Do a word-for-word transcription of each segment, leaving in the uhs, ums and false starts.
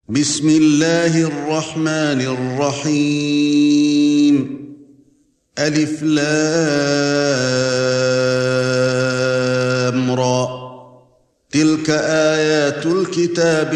بسم الله الرحمن الرحيم ألف لام را تلك آيات الكتاب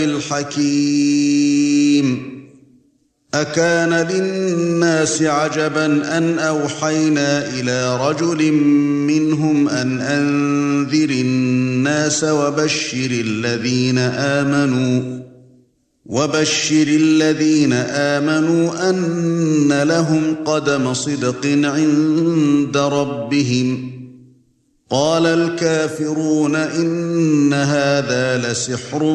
الحكيم أكان للناس عجبا أن أوحينا إلى رجل منهم أن أنذر الناس وبشر الذين آمنوا وَبَشِّرِ الَّذِينَ آمَنُوا أَنَّ لَهُمْ قَدَمَ صِدْقٍ عِندَ رَبِّهِمْ قَالَ الْكَافِرُونَ إِنَّ هَذَا لَسِحْرٌ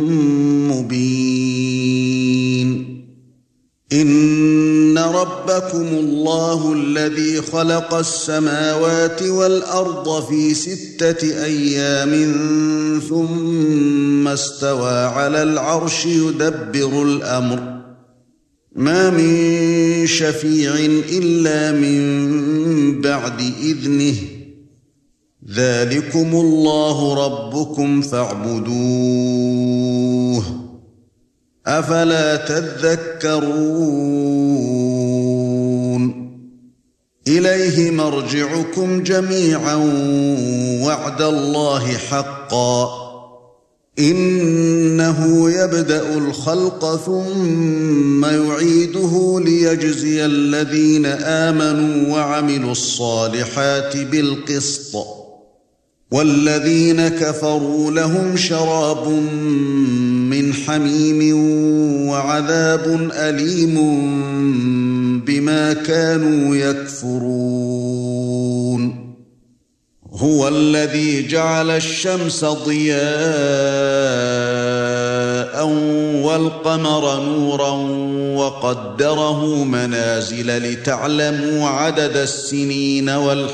مُبِينٌ إِنَّ رَبَّكُمُ اللَّهُ الَّذِي خَلَقَ السَّمَاوَاتِ وَالْأَرْضَ فِي سِتَّةِ أَيَّامٍ ثُمَّ اسْتَوَى عَلَى الْعَرْشِ يُدَبِّرُ الْأَمْرَ مَا مِن شَفِيعٍ إِلَّا مِن بَعْدِ إِذْنِهِ ذَلِكُمُ اللَّهُ رَبُّكُمْ فَاعْبُدُوهُ أَفَلَا تَذَكَّرُونَ إِلَيْهِ مَرْجِعُكُمْ جَمِيعًا وَعْدَ اللَّهِ حَقًّا إِنَّهُ يَبْدَأُ الْخَلْقَ ثُمَّ يُعِيدُهُ لِيَجْزِيَ الَّذِينَ آمَنُوا وَعَمِلُوا الصَّالِحَاتِ بِالْقِسْطِ وَالَّذِينَ كَفَرُوا لَهُمْ شَرَابٌ مِّنْ حَمِيمٍ وَعَذَابٌ أَلِيمٌ بِمَا كَانُوا يَكْفُرُونَ هُوَ الَّذِي جَعَلَ الشَّمْسَ ضِيَاءً وَالْقَمَرَ نُورًا وَقَدَّرَهُ مَنَازِلَ لِتَعْلَمُوا عَدَدَ السِّنِينَ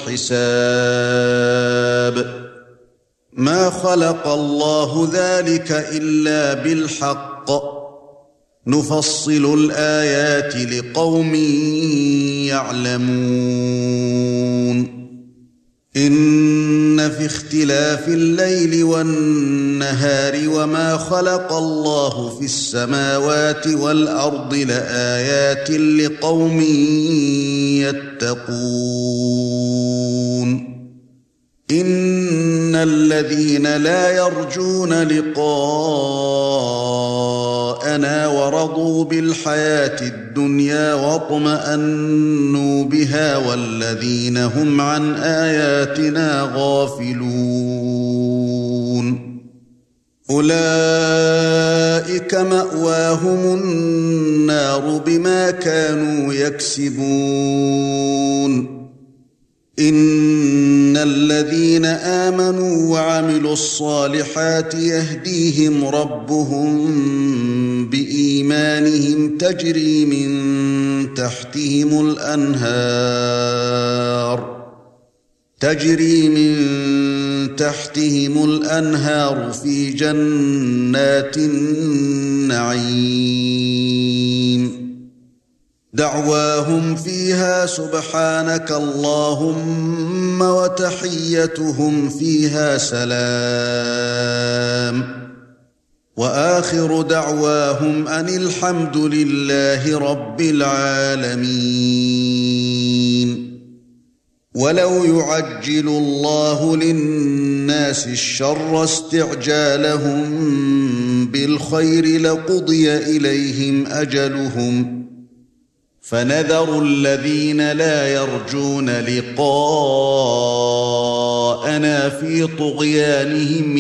وَالْحِسَابَ مَا خَلَقَ اللَّهُ ذَلِكَ إِلَّا بِالْحَقِّ نُفَصِّلُ الْآيَاتِ لِقَوْمٍ يَعْلَمُونَ إِنَّ فِي اخْتِلَافِ اللَّيْلِ وَالنَّهَارِ وَمَا خَلَقَ اللَّهُ فِي السَّمَاوَاتِ وَالْأَرْضِ لَآيَاتٍ لِقَوْمٍ يَتَّقُونَ إِنَّ الَّذِينَ لَا يَرْجُونَ لِقَاءَنَا وَرَضُوا بِالْحَيَاةِ الدُّنْيَا وَاطْمَأَنُّوا بِهَا وَالَّذِينَ هُمْ عَنْ آيَاتِنَا غَافِلُونَ أُولَئِكَ مَأْوَاهُمُ النَّارُ بِمَا كَانُوا يَكْسِبُونَ إِنَّ الَّذِينَ آمَنُوا وَعَمِلُوا الصَّالِحَاتِ يَهْدِيهِمْ رَبُّهُم بِإِيمَانِهِمْ تَجْرِي مِن تَحْتِهِمُ الْأَنْهَارُ تَجْرِي مِن تَحْتِهِمُ الْأَنْهَارُ فِي جَنَّاتِ النَّعِيمِ دعواهم فيها سبحانك اللهم وتحيتهم فيها سلام وآخر دعواهم أن الحمد لله رب العالمين ولو يعجل الله للناس الشر استعجالهم بالخير لقضي إليهم أجلهم فَنَذَرُ الَّذِينَ لَا يَرْجُونَ لِقَاءَنَا فِي طُغْيَانِهِمْ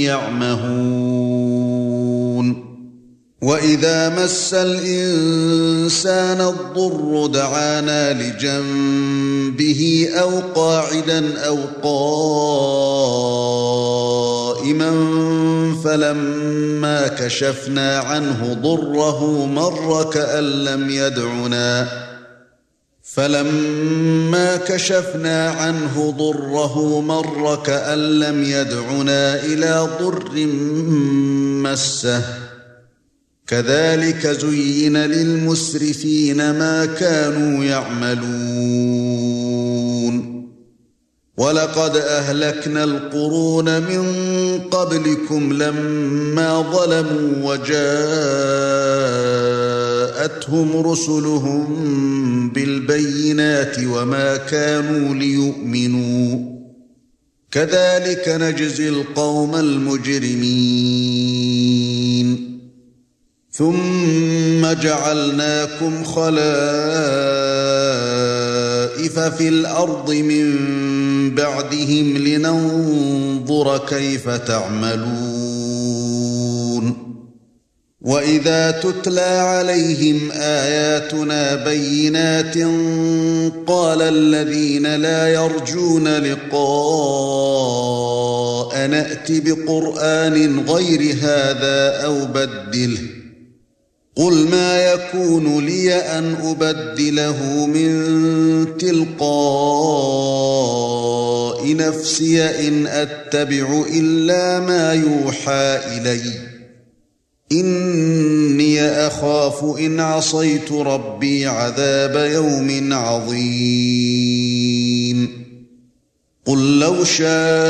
يَعْمَهُونَ وَإِذَا مَسَّ الْإِنسَانَ الضُّرُّ دَعَانَا لِجَنبِهِ أَوْ قَاعِدًا أَوْ قَائِمًا فَلَمَّا كَشَفْنَا عَنْهُ ضُرَّهُ مَرَّ كَأَن لَّمْ يَدْعُنَا فَلَمَّا كَشَفْنَا عَنْهُ ضُرَّهُ مَرَّ كَأَن لَّمْ يَدْعُنَا إِلَى ضُرٍّ مَّسَّهُ كَذَلِكَ زُيِّنَ لِلْمُسْرِفِينَ مَا كَانُوا يَعْمَلُونَ وَلَقَدْ أَهْلَكْنَا الْقُرُونَ مِنْ قَبْلِكُمْ لَمَّا ظَلَمُوا وَجَاءَتْهُمْ جاءتهم رسلهم بالبينات وما كانوا ليؤمنوا كذلك نجزي القوم المجرمين ثم جعلناكم خلائف في الأرض من بعدهم لننظر كيف تعملون وإذا تتلى عليهم آياتنا بينات قال الذين لا يرجون لقاء نأت بقرآن غير هذا أو بدله قل ما يكون لي أن أبدله من تلقاء نفسي إن أتبع إلا ما يوحى إلي إني أخاف إن عصيت ربي عذاب يوم عظيم قل لو شاء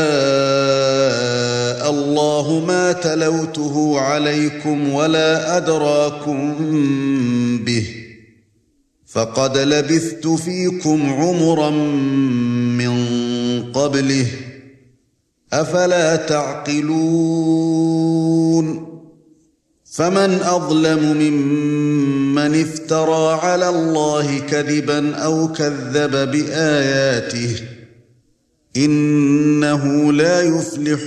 الله ما تلوته عليكم ولا أدراكم به فقد لبثت فيكم عمرا من قبله أفلا تعقلون فمن أظلم ممن افترى على الله كذبا أو كذب بآياته إنه لا يفلح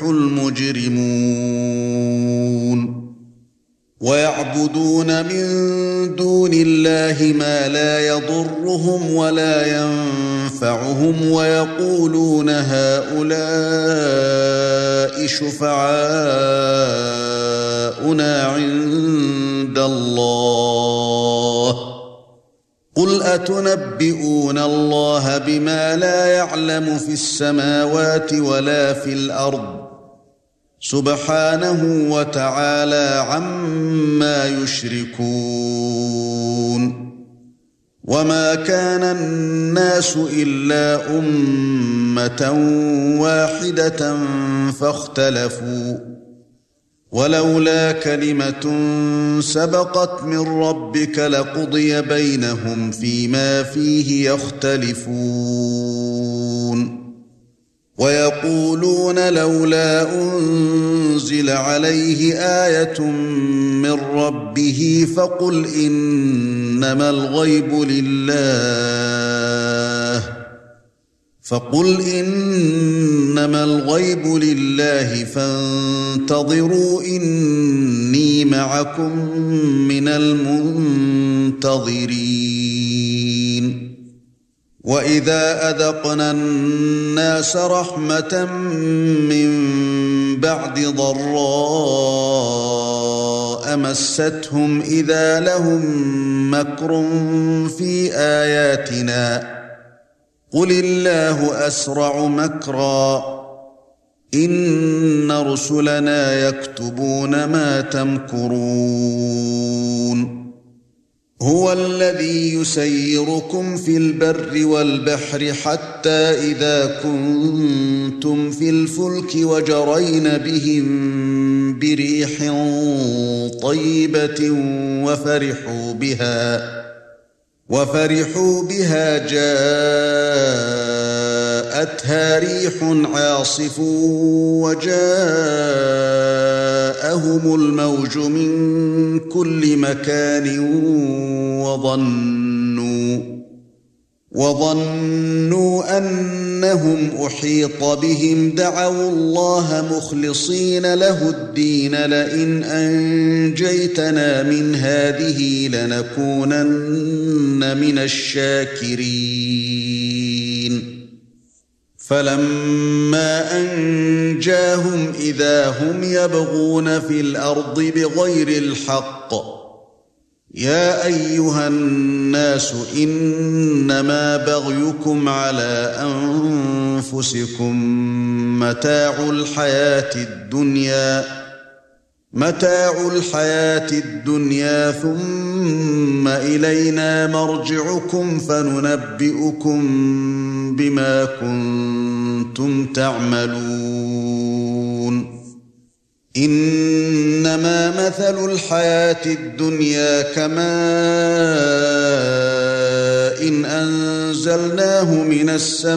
المجرمون ويعبدون من دون الله ما لا يضرهم ولا ينفعهم ويقولون هؤلاء شفعاؤنا عند الله قل أتنبئون الله بما لا يعلم في السماوات ولا في الأرض سبحانه وتعالى عما يشركون وما كان الناس إلا أمة واحدة فاختلفوا ولولا كلمة سبقت من ربك لقضي بينهم فيما فيه يختلفون ويقولون لولا أنزل عليه آية من ربه فقل إنما الغيب لله فقل إنما الغيب لله فانتظروا إني معكم من المنتظرين وإذا أذقنا الناس رحمة من بعد ضراء مستهم إذا لهم مكر في آياتنا قل الله أسرع مكرا إن رسلنا يكتبون ما تمكرون هو الذي يسيركم في البر والبحر حتى إذا كنتم في الفلك وجرين بهم بريح طيبة وفرحوا بها وفرحوا بها جاءتها ريح عاصف وجاءهم الموج من كل مكان وظنوا وظنوا أنهم أحيط بهم دعوا الله مخلصين له الدين لئن أنجيتنا من هذه لنكونن من الشاكرين فلما أنجاهم إذا هم يبغون في الأرض بغير الحق يا أيها الناس إنما بغيكم على أنفسكم متاع الحياة الدنيا متاع الحياة الدنيا ثم إلينا مرجعكم فننبئكم بما كنتم تعملون إنما مثل الحياة الدنيا كماء إن أنزلناه من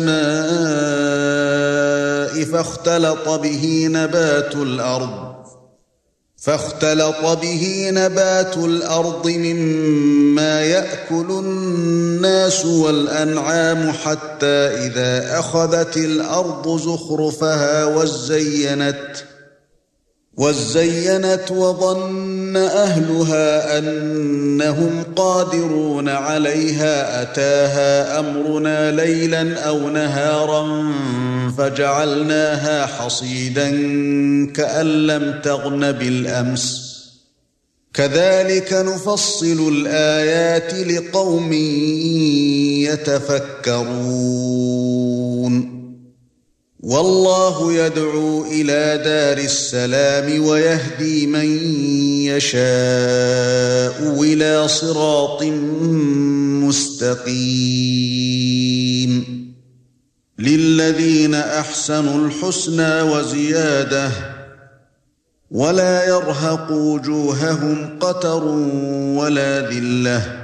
السماء فاختلط به نبات الأرض فاختلط به نبات الأرض مما يأكل الناس والأنعام حتى إذا أخذت الأرض زخرفها وزينت وزينت وظن أهلها أنهم قادرون عليها أتاها أمرنا ليلا أو نهارا فجعلناها حصيدا كأن لم تغن بالأمس كذلك نفصل الآيات لقوم يتفكرون والله يدعو إلى دار السلام ويهدي من يشاء إلى صراط مستقيم للذين أحسنوا الحسنى وزيادة ولا يرهق وجوههم قتر ولا ذلة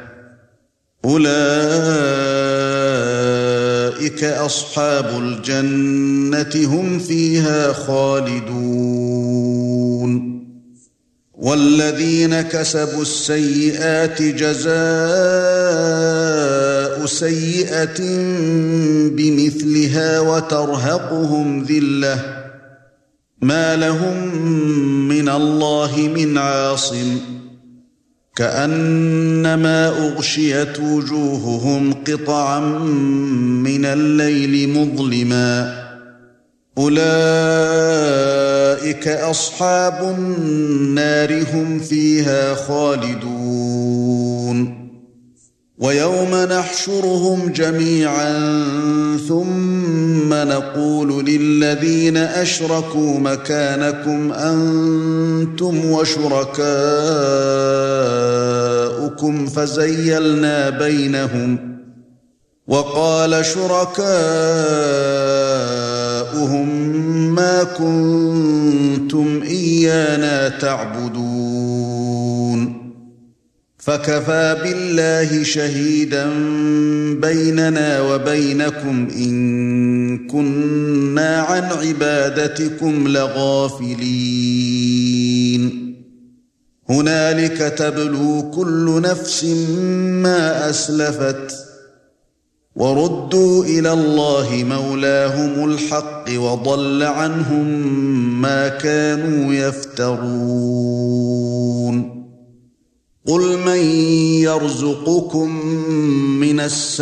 أولئك أصحاب الجنة هم فيها خالدون والذين كسبوا السيئات جزاء سيئة بمثلها وترهقهم ذلة ما لهم من الله من عاصم كأنما أغشيت وجوههم قطعا من الليل مظلما أولئك أصحاب النار هم فيها خالدون ويوم نحشرهم جميعا ثم نقول للذين أشركوا مكانكم أنتم وشركاؤكم فزيلنا بينهم وقال شركاؤهم ما كنتم إيانا تعبدون فكفى بالله شهيدا بيننا وبينكم إن كنا عن عبادتكم لغافلين هنالك تبلو كل نفس ما أسلفت وردوا إلى الله مولاهم الحق وضل عنهم ما كانوا يفترون قل من يرزقكم من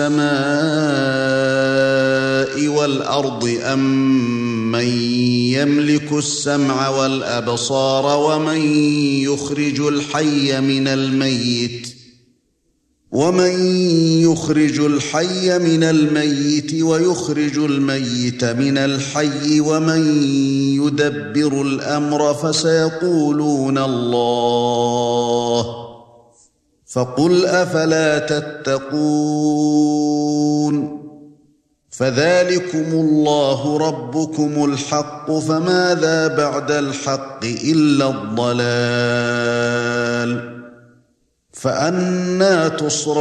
السماء والأرض أم من يملك السمع والأبصار ومن يخرج الحي من الميت ومن يخرج الحي من الميت ويخرج الميت من الحي ومن يدبر الأمر فسيقولون الله فقل أفلا تتقون فذلكم الله ربكم الحق فماذا بعد الحق إلا الضلال فأنى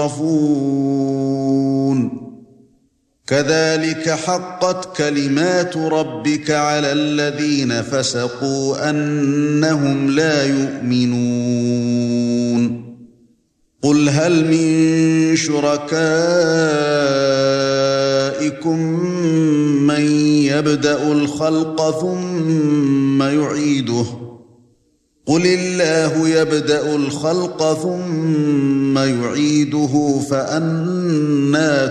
تصرفون كذلك حقت كلمات ربك على الذين فسقوا أنهم لا يؤمنون قل هل من شركائكم من يبدأ الخلق ثم يعيده قل الله يبدأ الخلق ثم يعيده فأنى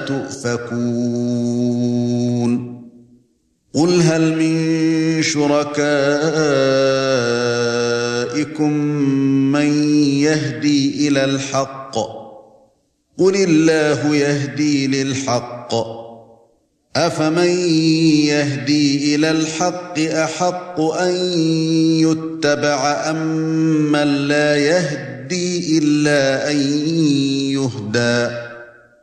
تؤفكون قل هل من شركائكم من يهدي إلى الحق قل الله يهدي للحق أفمن يهدي إلى الحق أحق أن يتبع أم من لا يهدي إلا أن يهدى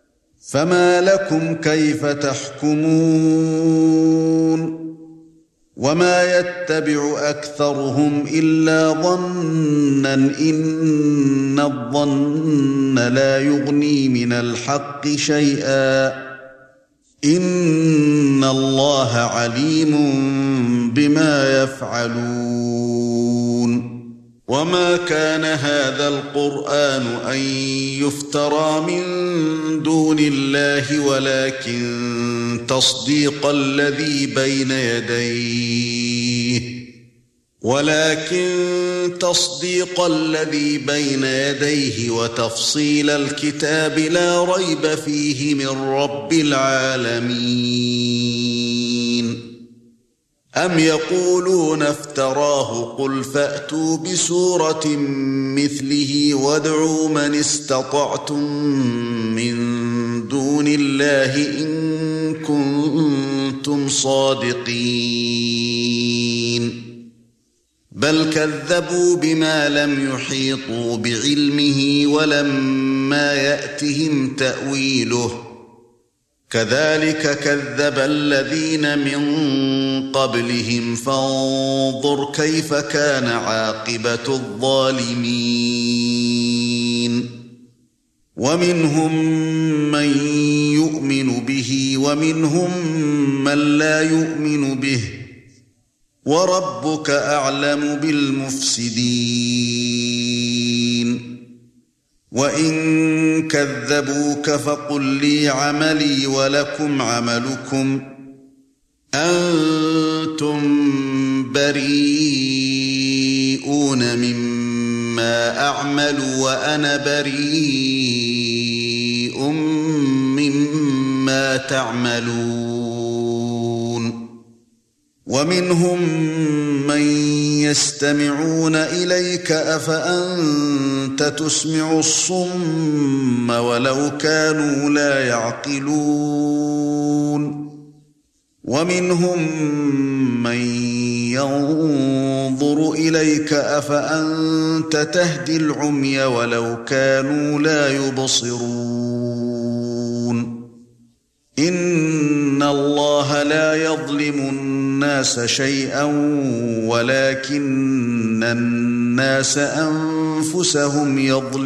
فما لكم كيف تحكمون وما يتبع أكثرهم إلا ظنًا إن الظن لا يغني من الحق شيئا إن الله عليم بما يفعلون وما كان هذا القرآن أن يفترى من دون الله ولكن تصديق الذي بين يديه ولكن تصديق الذي بين يديه وتفصيل الكتاب لا ريب فيه من رب العالمين أم يقولون افتراه قل فأتوا بسورة مثله وادعوا من استطعتم من دون الله إن كنتم صادقين بل كذبوا بما لم يحيطوا بعلمه ولما يأتهم تأويله كذلك كذب الذين من قبلهم فانظر كيف كان عاقبة الظالمين ومنهم من يؤمن به ومنهم من لا يؤمن به وربك أعلم بالمفسدين وإن كذبوك فقل لي عملي ولكم عملكم أنتم بريئون مما أعمل وأنا بريء مما تعملون ومنهم من يستمعون إليك أفأنت تسمع الصم ولو كانوا لا يعقلون ومنهم من ينظر إليك أفأنت تهدي العمي ولو كانوا لا يبصرون إن الله لا يظلم الناس شيئا ولكن الناس أنفسهم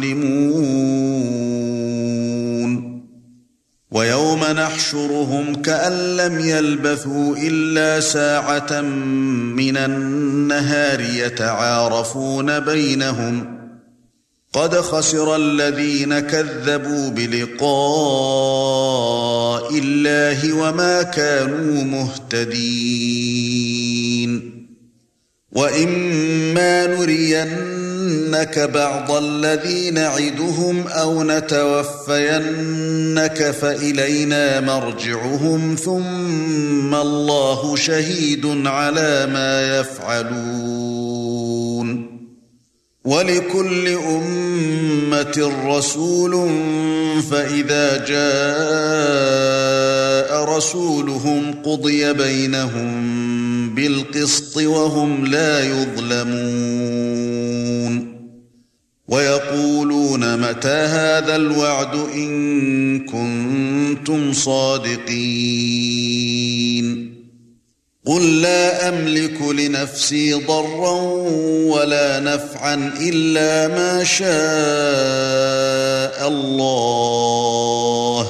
يظلمون ويوم نحشرهم كأن لم يلبثوا إلا ساعة من النهار يتعارفون بينهم قد خسر الذين كذبوا بلقاء الله وما كانوا مهتدين وإما نرينك بعض الذي نعدهم أو نتوفينك فإلينا مرجعهم ثم الله شهيد على ما يفعلون ولكل أمة رسول فإذا جاء رسولهم قضي بينهم بالقسط وهم لا يظلمون ويقولون متى هذا الوعد إن كنتم صادقين قل لا أملك لنفسي ضرا ولا نفعا إلا ما شاء الله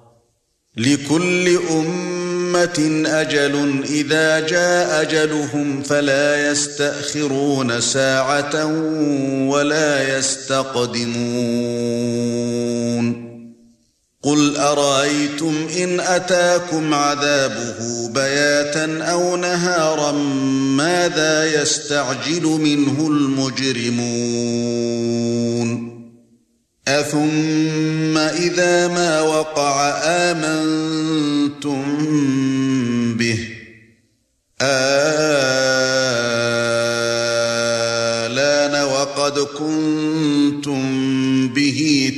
لكل أمة أجل إذا جاء أجلهم فلا يستأخرون ساعة ولا يستقدمون قل أرأيتم إن أتاكم عذابه بياتا أو نهارا ماذا يستعجل منه المجرمون أثم إذا ما وقع آمنتم به آلان وقد كنتم به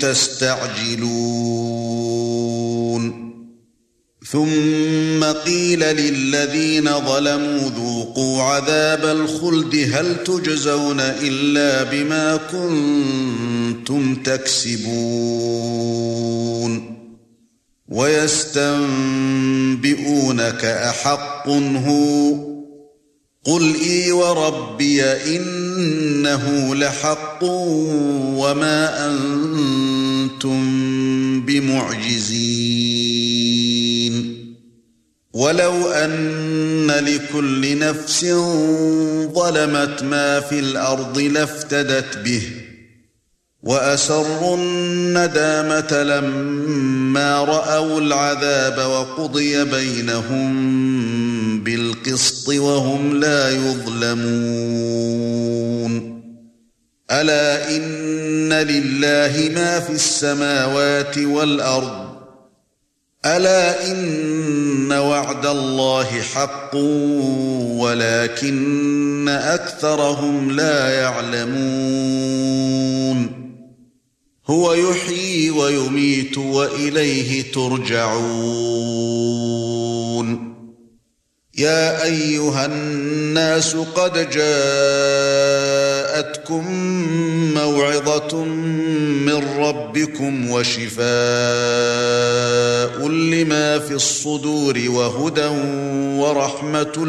تستعجلون ثم قيل للذين ظلموا ذوقوا عذاب الخلد هل تجزون إلا بما كنتم تكسبون ويستنبئونك أحق هو قُلْ إِي وَرَبِّي إِنَّهُ لَحَقٌّ وَمَا أَنْتُمْ بِمُعْجِزِينَ وَلَوْ أَنَّ لِكُلِّ نَفْسٍ ظَلَمَتْ مَا فِي الْأَرْضِ لَافْتَدَتْ بِهِ وَأَسَرُّوا النَّدَامَةَ لَمَّا رَأَوُا الْعَذَابَ وَقُضِيَ بَيْنَهُم بِالْقِسْطِ وَهُمْ لَا يُظْلَمُونَ أَلَا إِنَّ لِلَّهِ مَا فِي السَّمَاوَاتِ وَالْأَرْضِ أَلَا إِنَّ وَعْدَ اللَّهِ حَقٌّ وَلَكِنَّ أَكْثَرَهُمْ لَا يَعْلَمُونَ هُوَ يُحْيِي وَيُمِيتُ وَإِلَيْهِ تُرْجَعُونَ يَا أَيُّهَا النَّاسُ قَدْ جَاءَتْكُمْ مَوْعِظَةٌ مِّن رَّبِّكُمْ وَشِفَاءٌ لِّمَا فِي الصُّدُورِ وَهُدًى وَرَحْمَةٌ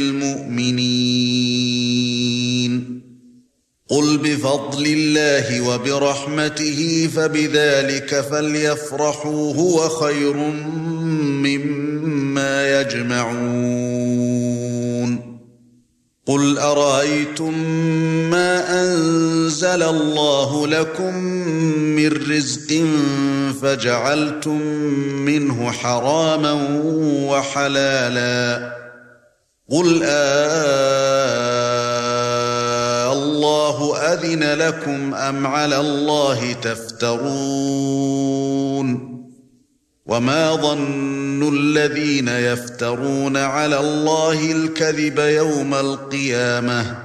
لِّلْمُؤْمِنِينَ قُلْ بِفَضْلِ اللَّهِ وَبِرَحْمَتِهِ فَبِذَلِكَ فَلْيَفْرَحُوا هُوَ خَيْرٌ مِّمَّا يَجْمَعُونَ قُلْ أَرَأَيْتُم مَّا أَنزَلَ اللَّهُ لَكُم مِّن رِّزْقٍ فَجَعَلْتُم مِّنْهُ حَرَامًا وَحَلَالًا قُلْ آللَّهُ أَذِنَ لَكُمْ أَمْ عَلَى اللَّهِ تَفْتَرُونَ وَمَا ظَنُّ الَّذِينَ يَفْتَرُونَ عَلَى اللَّهِ الْكَذِبَ يَوْمَ الْقِيَامَةِ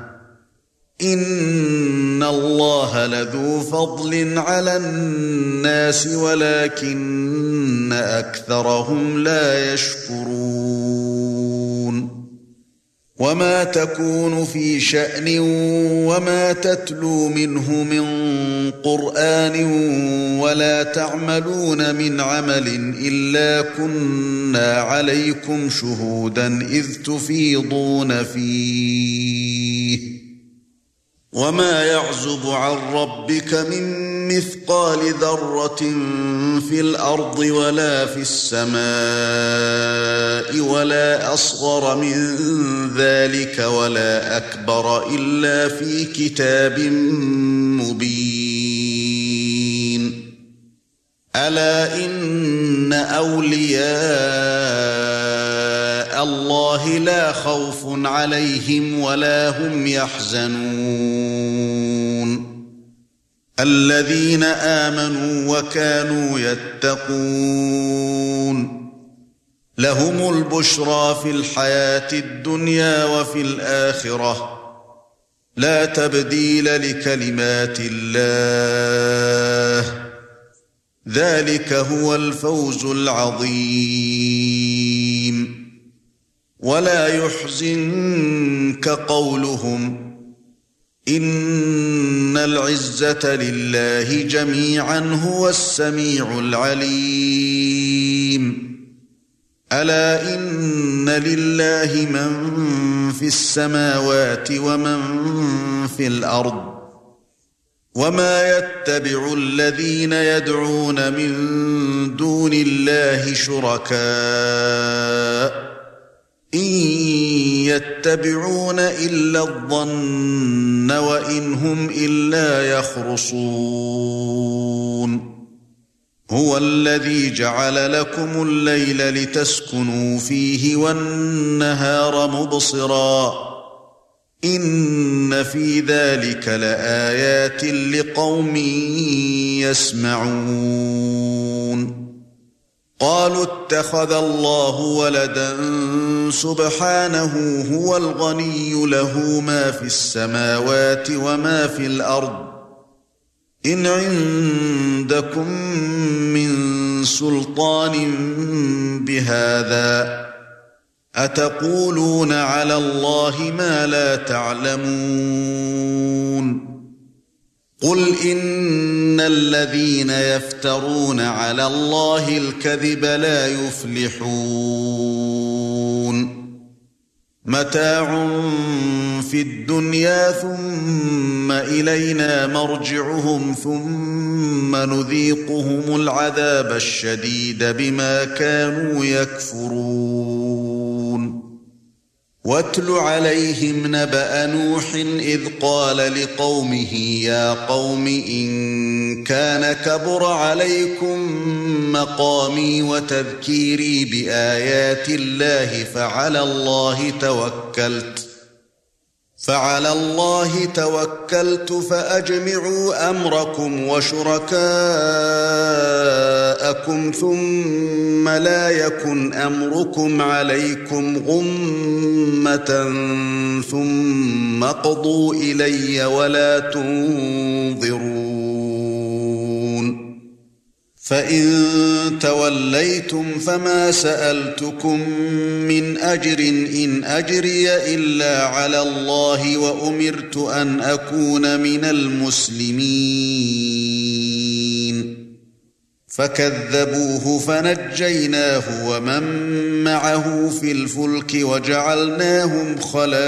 إِنَّ اللَّهَ لَذُو فَضْلٍ عَلَى النَّاسِ وَلَكِنَّ أَكْثَرَهُمْ لَا يَشْكُرُونَ وَمَا تَكُونُ فِي شَأْنٍ وَمَا تَتْلُو مِنْهُ مِنْ قُرْآنٍ وَلَا تَعْمَلُونَ مِنْ عَمَلٍ إِلَّا كُنَّا عَلَيْكُمْ شُهُودًا إِذْ تُفِيضُونَ فِيهِ وَمَا يَعْزُبُ عَنْ رَبِّكَ مِنْ مِثْقَالِ ذَرَّةٍ فِي الْأَرْضِ وَلَا فِي السَّمَاءِ وَلَا أَصْغَرَ مِنْ ذَلِكَ وَلَا أَكْبَرَ إِلَّا فِي كِتَابٍ مُبِينٍ أَلَا إِنَّ أَوْلِيَاءَ اللَّهِ لَا خَوْفٌ عَلَيْهِمْ وَلَا هُمْ يَحْزَنُونَ الَّذِينَ آمَنُوا وَكَانُوا يَتَّقُونَ لَهُمُ الْبُشْرَى فِي الْحَيَاةِ الدُّنْيَا وَفِي الْآخِرَةِ لَا تَبْدِيلَ لِكَلِمَاتِ اللَّهِ ذَلِكَ هُوَ الْفَوْزُ الْعَظِيمُ وَلَا يَحْزُنكَ قَوْلُهُمْ إِنَّ الْعِزَّةَ لِلَّهِ جَمِيعًا هُوَ السَّمِيعُ الْعَلِيمُ أَلَا إِنَّ لِلَّهِ مَن فِي السَّمَاوَاتِ وَمَن فِي الْأَرْضِ وَمَا يَتَّبِعُ الَّذِينَ يَدْعُونَ مِن دُونِ اللَّهِ شُرَكَاءَ إِن يَتَّبِعُونَ إِلَّا الظَّنَّ وَإِنْ هُمْ إِلَّا يَخْرُصُونَ هُوَ الَّذِي جَعَلَ لَكُمُ اللَّيْلَ لِتَسْكُنُوا فِيهِ وَالنَّهَارَ مُبْصِرًا إِنَّ فِي ذَلِكَ لَآيَاتٍ لِقَوْمٍ يَسْمَعُونَ قَالُوا اتَّخَذَ اللَّهُ وَلَدًا سُبْحَانَهُ هُوَ الْغَنِيُّ لَهُ مَا فِي السَّمَاوَاتِ وَمَا فِي الْأَرْضِ إِنْ عِندَكُمْ مِنْ سُلْطَانٍ بِهَذَا أَتَقُولُونَ عَلَى اللَّهِ مَا لَا تَعْلَمُونَ قُلْ إِنَّ الَّذِينَ يَفْتَرُونَ عَلَى اللَّهِ الْكَذِبَ لَا يُفْلِحُونَ متاع في الدنيا ثم إلينا مرجعهم ثم نذيقهم العذاب الشديد بما كانوا يكفرون واتل عليهم نبأ نوح إذ قال لقومه يا قوم إن كان كبر عليكم مقامي وتذكيري بآيات الله فعلى الله توكلت فعلى الله توكلت فأجمعوا أمركم وشركاءكم ثم لا يكن أمركم عليكم غمة ثم اقضوا إلي ولا تنظرون فإن توليتم فما سألتكم من أجر إن أجري إلا على الله وأمرت أن أكون من المسلمين فكذبوه فنجيناه ومن معه في الفلك وجعلناهم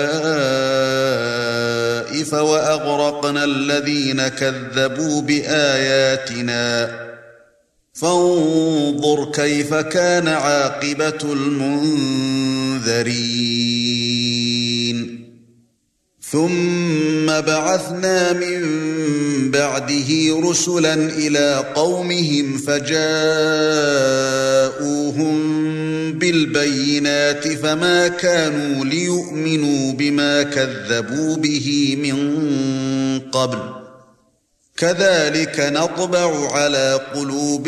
خلائف وأغرقنا الذين كذبوا بآياتنا فانظر كيف كان عاقبة المنذرين ثم بعثنا من بعده رسلا إلى قومهم فجاءوهم بالبينات فما كانوا ليؤمنوا بما كذبوا به من قبل كذلك نطبع على قلوب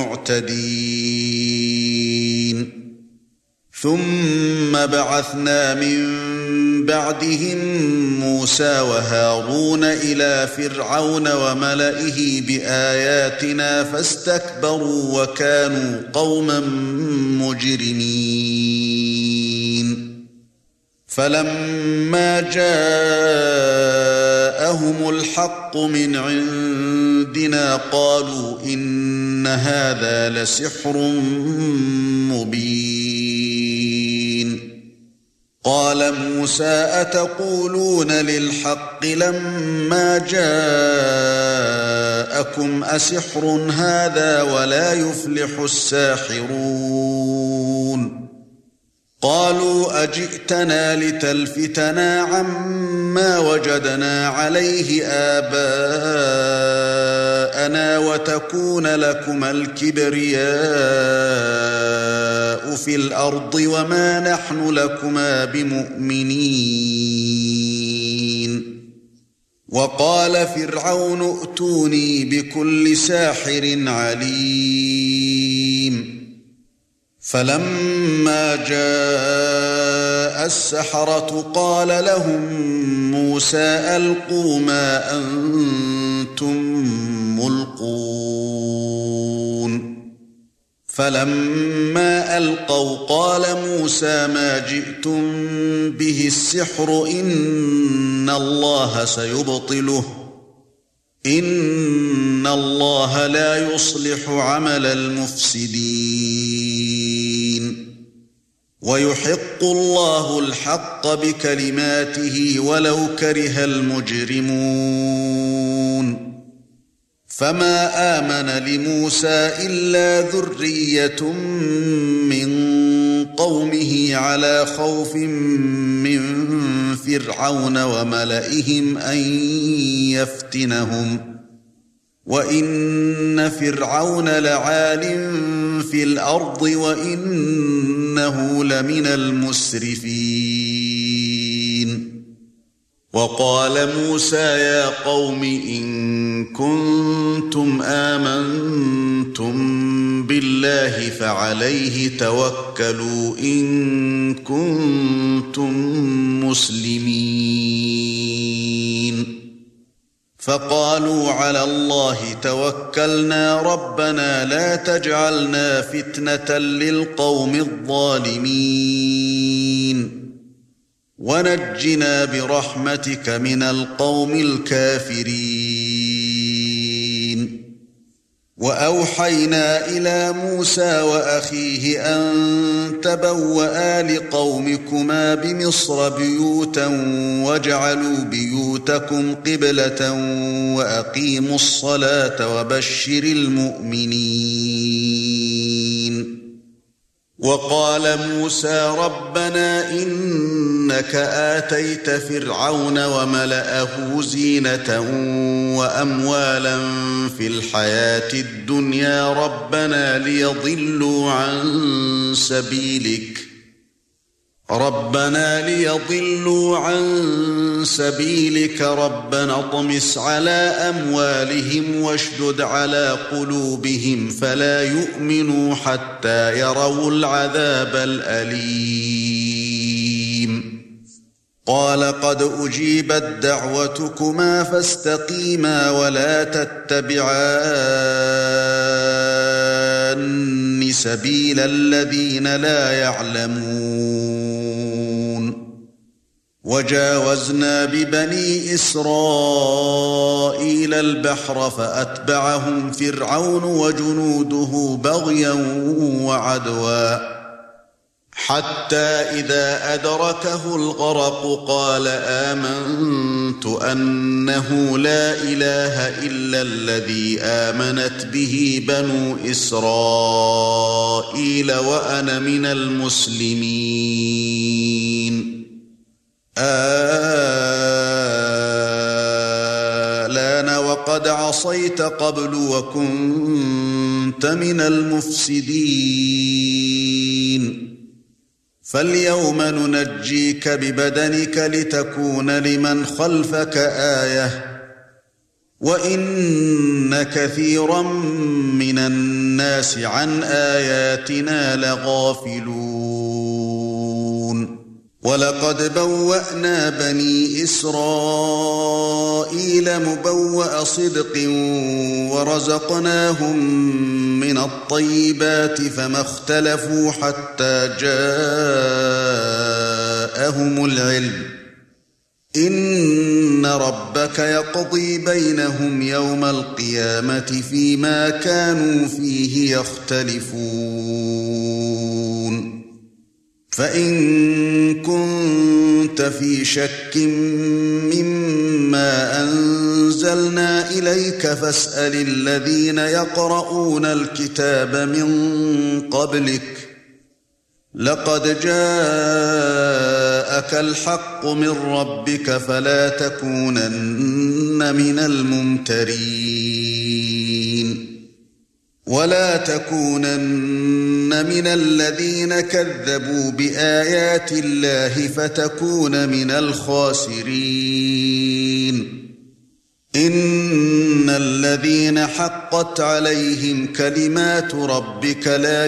المعتدين ثم بعثنا من بعدهم موسى وهارون إلى فرعون وملئه بآياتنا فاستكبروا وكانوا قوما مجرمين فلما جاءهم الحق من عندنا قالوا إن هذا لسحر مبين قال موسى أتقولون للحق لما جاءكم أسحر هذا ولا يفلح الساحرون قالوا أجئتنا لتلفتنا عما وجدنا عليه آباءنا وتكون لكما الكبرياء في الأرض وما نحن لكما بمؤمنين وقال فرعون ائتوني بكل ساحر عليم فلما جاء السحرة قال لهم موسى ألقوا ما أنتم ملقون فلما ألقوا قال موسى ما جئتم به السحر إن الله سيبطله إن الله لا يصلح عمل المفسدين ويحق الله الحق بكلماته ولو كره المجرمون فما آمن لموسى إلا ذرية من قومه على خوف من فرعون وملئهم أن يفتنهم وإن فرعون لعال في الأرض وإنه لمن المسرفين وقال موسى يا قوم إن كنتم آمنتم بالله فعليه توكلوا إن كنتم مسلمين فقالوا على الله توكلنا ربنا لا تجعلنا فتنة للقوم الظالمين ونجنا برحمتك من القوم الكافرين وأوحينا إلى موسى وأخيه أن تبوأ لقومكما بمصر بيوتا واجعلوا بيوتكم قبلة وأقيموا الصلاة وبشر المؤمنين. وقال موسى ربنا إنك آتيت فرعون وملأه زينة وأموالا في الحياة الدنيا ربنا ليضلوا عن سبيلك ربنا ليضلوا عن سبيلك ربنا اطمس على أموالهم واشدد على قلوبهم فلا يؤمنوا حتى يروا العذاب الأليم. قال قد أجيبت دعوتكما فاستقيما ولا تتبعان سبيل الذين لا يعلمون. وجاوزنا ببني إسرائيل البحر فأتبعهم فرعون وجنوده بغيا وعدوا حتى إذا أدركه الغرق قال آمنت أنه لا إله إلا الذي آمنت به بنو إسرائيل وأنا من المسلمين. آلان وقد عصيت قبل وكنت من المفسدين فاليوم ننجيك ببدنك لتكون لمن خلفك آية وإن كثيرا من الناس عن آياتنا لغافلون. ولقد بوأنا بني إسرائيل مبوأ صدق ورزقناهم من الطيبات فما اختلفوا حتى جاءهم العلم إن ربك يقضي بينهم يوم القيامة فيما كانوا فيه يختلفون. فإن كنت في شك مما أنزلنا إليك فاسأل الذين يقرؤون الكتاب من قبلك لقد جاءك الحق من ربك فلا تكونن من الممترين ولا تكونن من الذين كذبوا بآيات الله فتكون من الخاسرين. إن الذين حقت عليهم كلمات ربك لا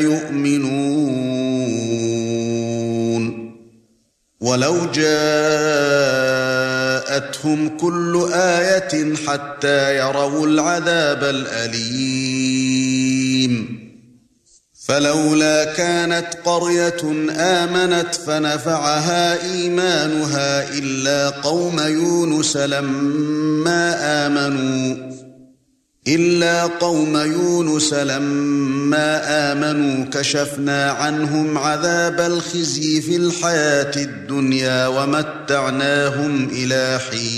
يؤمنون ولو جاءتهم كل آية حتى يروا العذاب الأليم فلولا كانت قرية آمنت فنفعها إيمانها إلا قوم يونس لما آمنوا إلا قوم يونس لما آمنوا كشفنا عنهم عذاب الخزي في الحياة الدنيا ومتعناهم إلى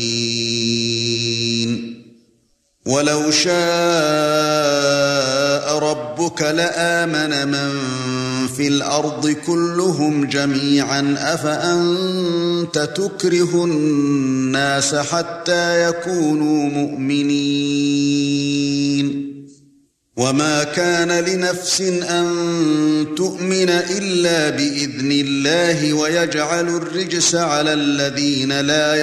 حين. ولو شاء ربك لآمن من في الأرض كلهم جميعا أفأنت تكره الناس حتى يكونوا مؤمنين وما كان لنفس أن تؤمن إلا بإذن الله ويجعل الرجس على الذين لا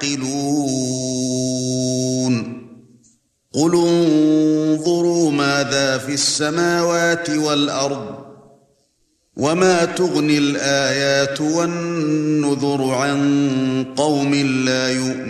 يعقلون. قل انظروا ماذا في السماوات والأرض وما تغني الآيات والنذر عن قوم لا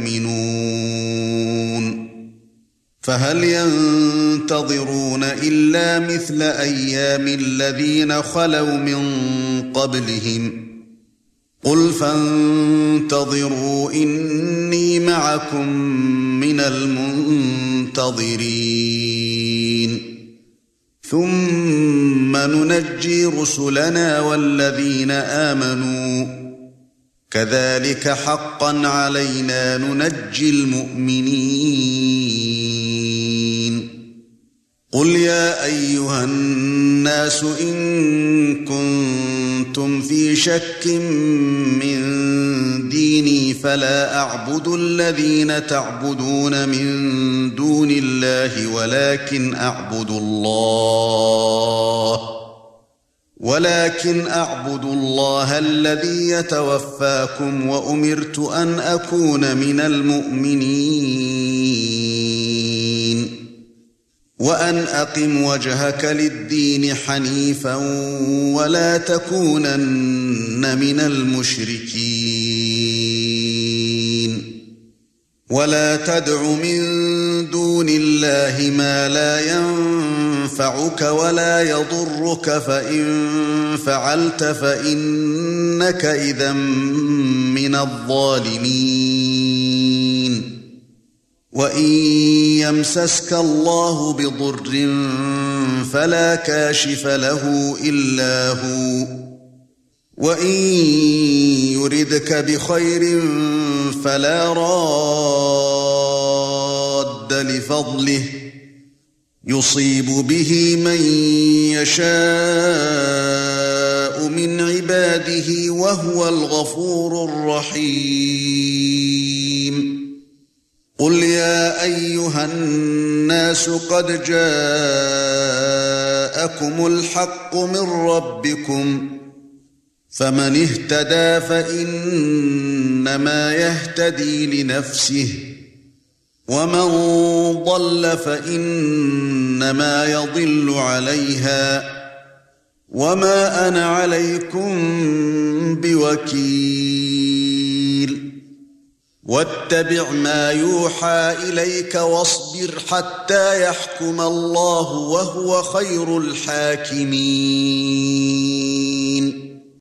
يؤمنون. فهل ينتظرون إلا مثل أيام الذين خلوا من قبلهم قل فانتظروا إني معكم من المنتظرين. ثُمَّ نُنَجِّي رُسُلَنَا وَالَّذِينَ آمَنُوا كَذَلِكَ حَقًّا عَلَيْنَا نُنَجِّي الْمُؤْمِنِينَ قُلْ يَا أَيُّهَا النَّاسُ إِن كُنتُمْ فِي شَكٍّ مِّن دِينِي فَلَا أَعْبُدُ الَّذِينَ تَعْبُدُونَ مِن دُونِ اللَّهِ وَلَكِنْ أَعْبُدُ اللَّهَ ولكن أعبد الله الذي يتوفاكم وأمرت أن أكون من المؤمنين وأن أقم وجهك للدين حنيفا ولا تكونن من المشركين ولا تدع من دون الله ما لا ينفعك ولا يضرك فإن فعلت فإنك إذا من الظالمين وإن يمسسك الله بضر فلا كاشف له إلا هو وإن يردك بخير فلا راد لفضله يصيب به من يشاء من عباده وهو الغفور الرحيم قل يا أيها الناس قد جاءكم الحق من ربكم فمن اهتدى فإنما يهتدي لنفسه ومن ضل فإنما يضل عليها وما أنا عليكم بوكيل واتبع ما يوحى إليك واصبر حتى يحكم الله وهو خير الحاكمين